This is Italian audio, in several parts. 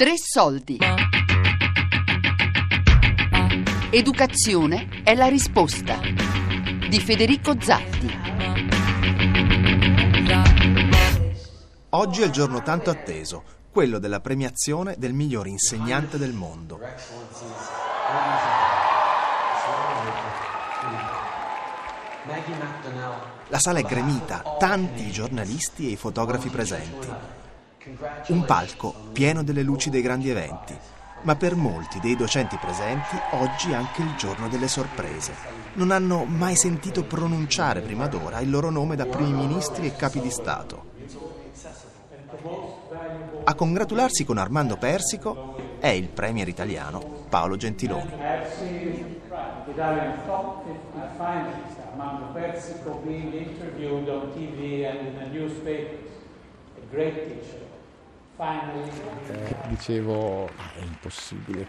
Tre soldi. Educazione è la risposta di Federico Zatti. Oggi è il giorno tanto atteso, quello della premiazione del miglior insegnante del mondo. La sala è gremita, tanti i giornalisti e i fotografi presenti. Un palco pieno delle luci dei grandi eventi, ma per molti dei docenti presenti oggi è anche il giorno delle sorprese. Non hanno mai sentito pronunciare prima d'ora il loro nome da primi ministri e capi di Stato. A congratularsi con Armando Persico è il premier italiano Paolo Gentiloni. Armando Persico being interviewed on TV and in a newspaper, a great teacher. Finally. Dicevo, è impossibile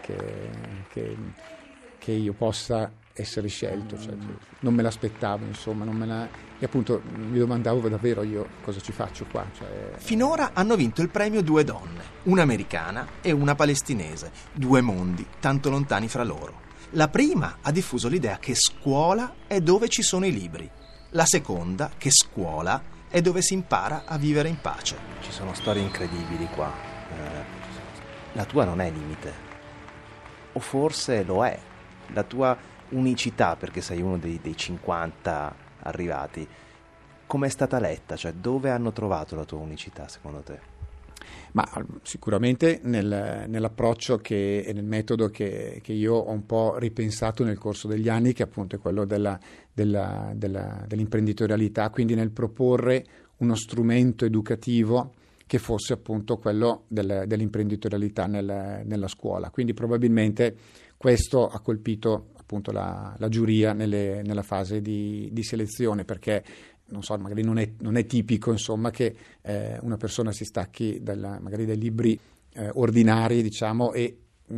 che io possa essere scelto, cioè, non me l'aspettavo, insomma, e appunto mi domandavo davvero io cosa ci faccio qua. Finora hanno vinto il premio due donne, una americana e una palestinese, due mondi tanto lontani fra loro. La prima ha diffuso l'idea che scuola è dove ci sono i libri, la seconda che scuola è dove si impara a vivere in pace. Ci sono storie incredibili qua. La tua non è limite, o forse lo è, la tua unicità, perché sei uno dei 50 arrivati. Come è stata letta? Cioè, dove hanno trovato la tua unicità, secondo te? Ma sicuramente nell'approccio e nel metodo che io ho un po' ripensato nel corso degli anni, che appunto è quello dell'imprenditorialità, quindi nel proporre uno strumento educativo che fosse appunto quello dell'imprenditorialità nella scuola. Quindi probabilmente questo ha colpito appunto la giuria nella fase di selezione, perché non so, magari non è tipico, insomma, che una persona si stacchi magari dai libri ordinari, diciamo, e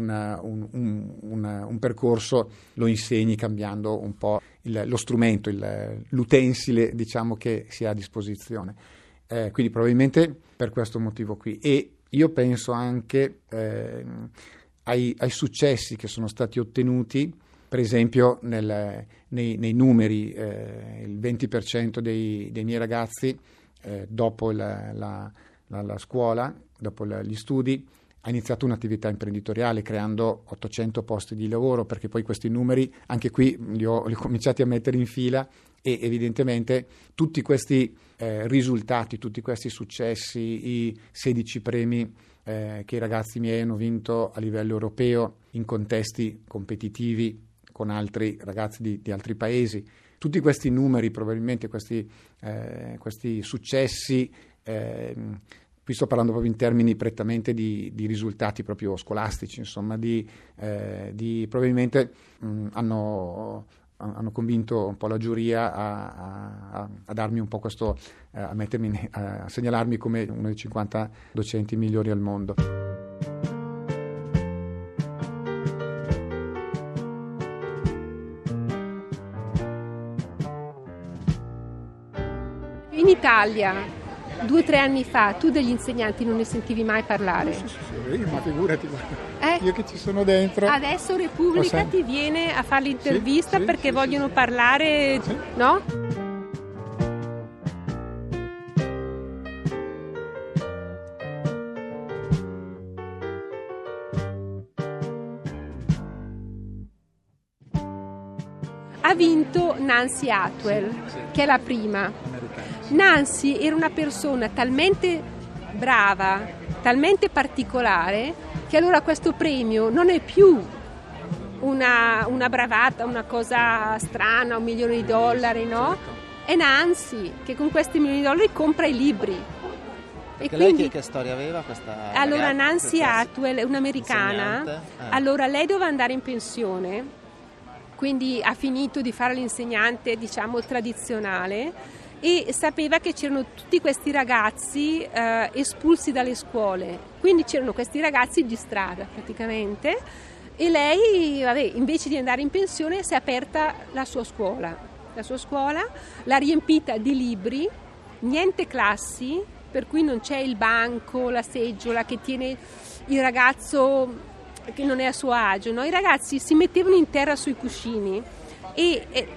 un percorso lo insegni cambiando un po' lo strumento, l'utensile, diciamo, che si ha a disposizione. Quindi probabilmente per questo motivo qui. E io penso anche ai successi che sono stati ottenuti. Per esempio nei numeri, il 20% dei miei ragazzi dopo la scuola, dopo gli studi, ha iniziato un'attività imprenditoriale creando 800 posti di lavoro, perché poi questi numeri anche qui li ho cominciati a mettere in fila, e evidentemente tutti questi risultati, tutti questi successi, i 16 premi che i ragazzi miei hanno vinto a livello europeo in contesti competitivi con altri ragazzi di altri paesi. Tutti questi numeri, probabilmente questi successi, qui sto parlando proprio in termini prettamente di risultati proprio scolastici, insomma, probabilmente hanno convinto un po' la giuria a darmi un po' questo, a segnalarmi come uno dei 50 docenti migliori al mondo. In Italia, 2 o 3 anni fa, tu degli insegnanti non ne sentivi mai parlare? Sì, ma figurati, io che ci sono dentro. Adesso Repubblica ti viene a fare l'intervista perché vogliono parlare, no? Ha vinto Nancy Atwell, che è la prima. Nancy era una persona talmente brava, talmente particolare, che allora questo premio non è più una bravata, una cosa strana, $1 milione, no? È Nancy che con questi $1 milioni compra i libri. E quindi, lei che storia aveva questa allora ragazza, Nancy Atwell è un'americana, allora lei doveva andare in pensione, quindi ha finito di fare l'insegnante, diciamo, tradizionale, e sapeva che c'erano tutti questi ragazzi espulsi dalle scuole, quindi c'erano questi ragazzi di strada praticamente, e lei, invece di andare in pensione, si è aperta la sua scuola, l'ha riempita di libri, niente classi, per cui non c'è il banco, la seggiola che tiene il ragazzo che non è a suo agio, no? I ragazzi si mettevano in terra sui cuscini e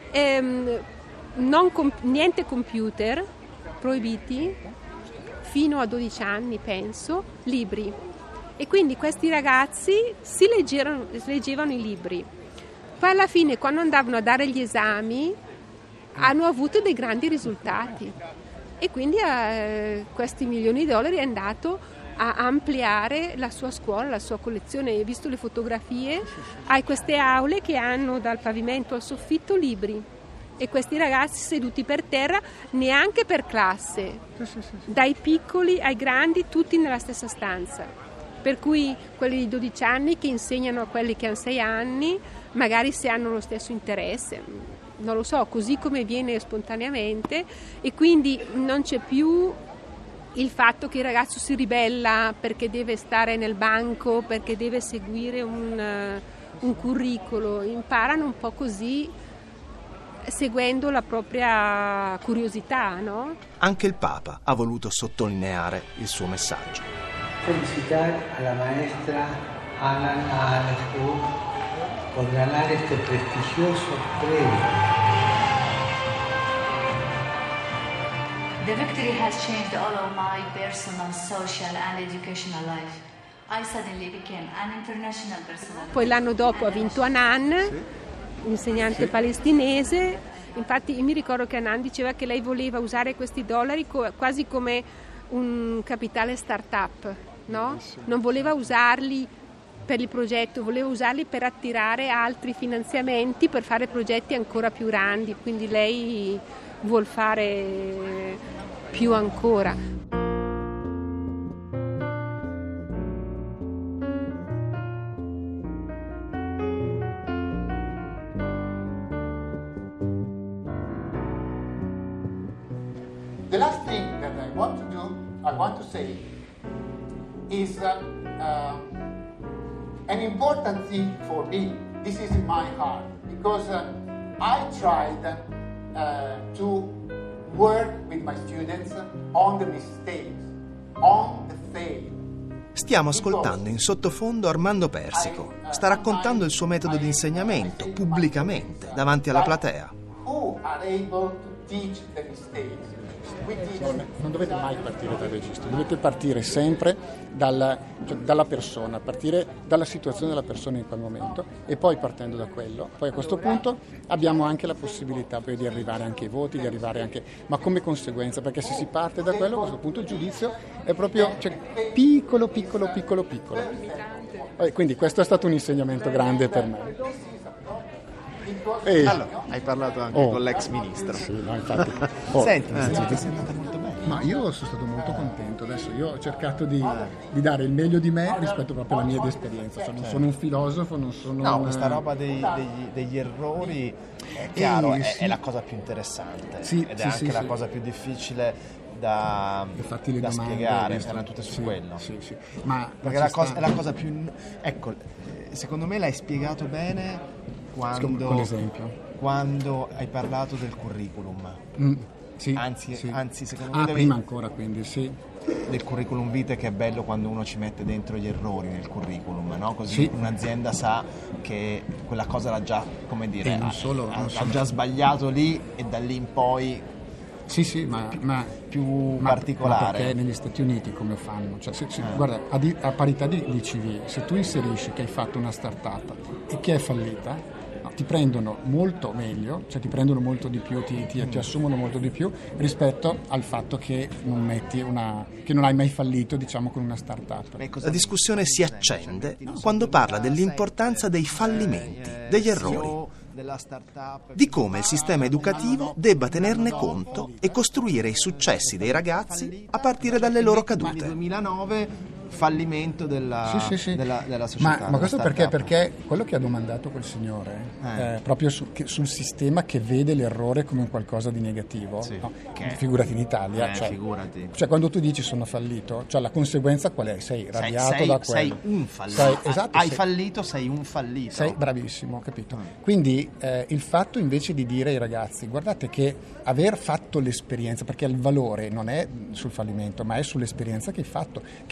niente computer, proibiti, fino a 12 anni penso, libri. E quindi questi ragazzi leggevano i libri. Poi alla fine, quando andavano a dare gli esami, hanno avuto dei grandi risultati. E quindi questi milioni di dollari è andato a ampliare la sua scuola, la sua collezione. Hai visto le fotografie? Hai queste aule che hanno dal pavimento al soffitto libri. E questi ragazzi seduti per terra, neanche per classe, dai piccoli ai grandi, tutti nella stessa stanza. Per cui quelli di 12 anni che insegnano a quelli che hanno 6 anni, magari se hanno lo stesso interesse, non lo so, così come viene spontaneamente, e quindi non c'è più il fatto che il ragazzo si ribella perché deve stare nel banco, perché deve seguire un curriculum, imparano un po' così, seguendo la propria curiosità, no? Anche il Papa ha voluto sottolineare il suo messaggio. Felicitar a la maestra Ana Alescu por ganar este prestigioso premio. The victory has changed all of my personal, social and educational life. I suddenly became an international personality. Poi l'anno dopo ha vinto Hanan, insegnante palestinese. Infatti io mi ricordo che Hanan diceva che lei voleva usare questi dollari quasi come un capitale start-up, no? Non voleva usarli per il progetto, voleva usarli per attirare altri finanziamenti per fare progetti ancora più grandi, quindi lei vuol fare più ancora. The last thing that I want to say is an important thing for me. This is in my heart because I tried to work with my students on the mistakes, on the fail. Stiamo ascoltando in sottofondo Armando Persico. Sta raccontando il suo metodo di insegnamento pubblicamente davanti alla platea. Who are able to teach the mistakes? Non dovete mai partire dal registro, dovete partire sempre dalla persona, partire dalla situazione della persona in quel momento e poi partendo da quello, poi a questo punto abbiamo anche la possibilità poi di arrivare anche ai voti, ma come conseguenza, perché se si parte da quello a questo punto il giudizio è proprio piccolo. Quindi questo è stato un insegnamento grande per me. Allora, hai parlato anche con l'ex ministro. Sì, no, infatti. Senti, ti sei andato molto bene. Ma io sono stato molto contento. Adesso io ho cercato di dare il meglio di me rispetto proprio alla mia esperienza. Cioè, non sono un filosofo, non sono. No, questa roba degli errori è chiaro, è la cosa più interessante. Sì, ed è anche la cosa più difficile da spiegare, saranno tutte su quello. Sì. Ma perché è la cosa più. Ecco, secondo me l'hai spiegato bene. Con l'esempio. Quando hai parlato del curriculum, sì, anzi secondo me prima ancora, quindi sì, del curriculum vitae, che è bello quando uno ci mette dentro gli errori nel curriculum, no? Così un'azienda sa che quella cosa l'ha già, come dire, ha già sbagliato lì e da lì in poi ma più particolare. Ma perché negli Stati Uniti come fanno? Cioè, guarda, a parità di CV, se tu inserisci che hai fatto una startup e che è fallita, ti prendono molto meglio, cioè ti prendono molto di più, ti assumono molto di più rispetto al fatto che non metti che non hai mai fallito, diciamo, con una startup. La discussione si accende quando parla dell'importanza dei fallimenti, degli errori, di come il sistema educativo debba tenerne conto e costruire i successi dei ragazzi a partire dalle loro cadute. 2009 fallimento della società. Ma questo perché quello che ha domandato quel signore proprio sul sistema che vede l'errore come un qualcosa di negativo, no? Figurati in Italia, figurati. Cioè quando tu dici sono fallito, cioè la conseguenza qual è? Sei radiato da quello. Sei un fallito. Hai fallito, sei un fallito. Sei bravissimo, capito? Quindi il fatto invece di dire ai ragazzi, guardate che aver fatto l'esperienza, perché il valore non è sul fallimento, ma è sull'esperienza che hai fatto, che pure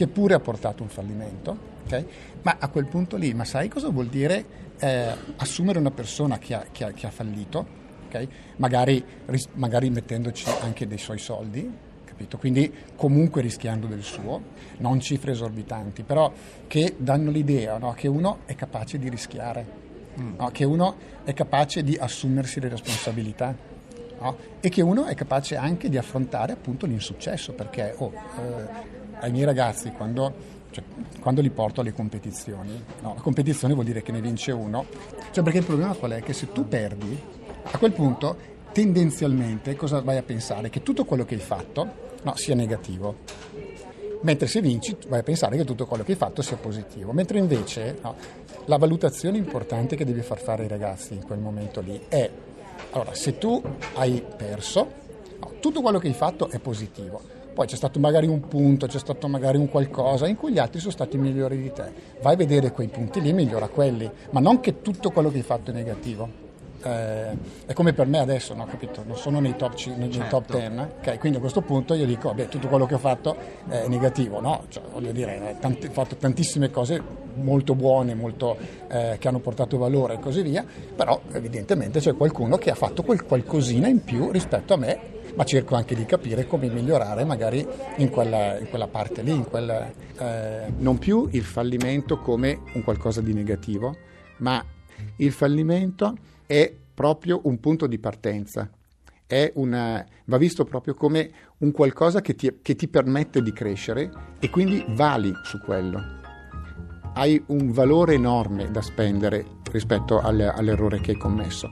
portato un fallimento, ok? Ma a quel punto lì, ma sai cosa vuol dire assumere una persona che ha fallito, ok? Magari mettendoci anche dei suoi soldi, capito? Quindi comunque rischiando del suo, non cifre esorbitanti, però che danno l'idea, no? Che uno è capace di rischiare, no? Che uno è capace di assumersi le responsabilità, no? E che uno è capace anche di affrontare appunto l'insuccesso, perché ai miei ragazzi quando li porto alle competizioni, no? La competizione vuol dire che ne vince uno, perché il problema qual è? Che se tu perdi, a quel punto tendenzialmente cosa vai a pensare? Che tutto quello che hai fatto sia negativo, mentre se vinci vai a pensare che tutto quello che hai fatto sia positivo, mentre invece la valutazione importante che devi far fare ai ragazzi in quel momento lì è: allora, se tu hai perso, tutto quello che hai fatto è positivo, poi c'è stato magari un punto, c'è stato magari un qualcosa in cui gli altri sono stati migliori di te, vai a vedere quei punti lì e migliora quelli, ma non che tutto quello che hai fatto è negativo. È come per me adesso, no, capito? Non sono nei top 10, okay? Quindi a questo punto io dico, tutto quello che ho fatto è negativo, no? Voglio dire, ho fatto tantissime cose molto buone, che hanno portato valore e così via, però evidentemente c'è qualcuno che ha fatto qualcosina in più rispetto a me, ma cerco anche di capire come migliorare magari in quella parte lì, non più il fallimento come un qualcosa di negativo, ma il fallimento è proprio un punto di partenza, va visto proprio come un qualcosa che ti permette di crescere e quindi vali su quello. Hai un valore enorme da spendere rispetto all'errore che hai commesso.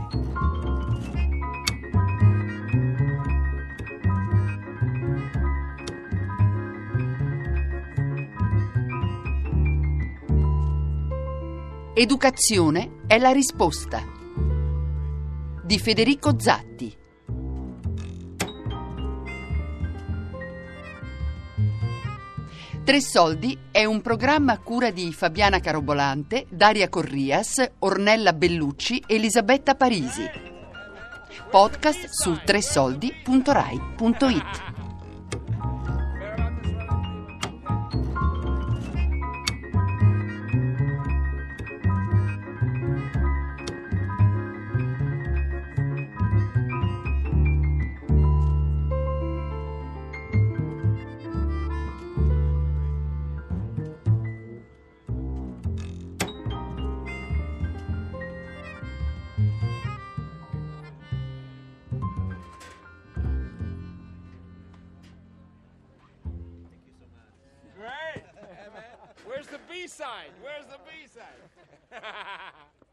Educazione è la risposta di Federico Zatti. Tre Soldi è un programma a cura di Fabiana Carobolante, Daria Corrias, Ornella Bellucci e Elisabetta Parisi. Podcast su tresoldi.rai.it. Where's the B-side? Where's the B-side?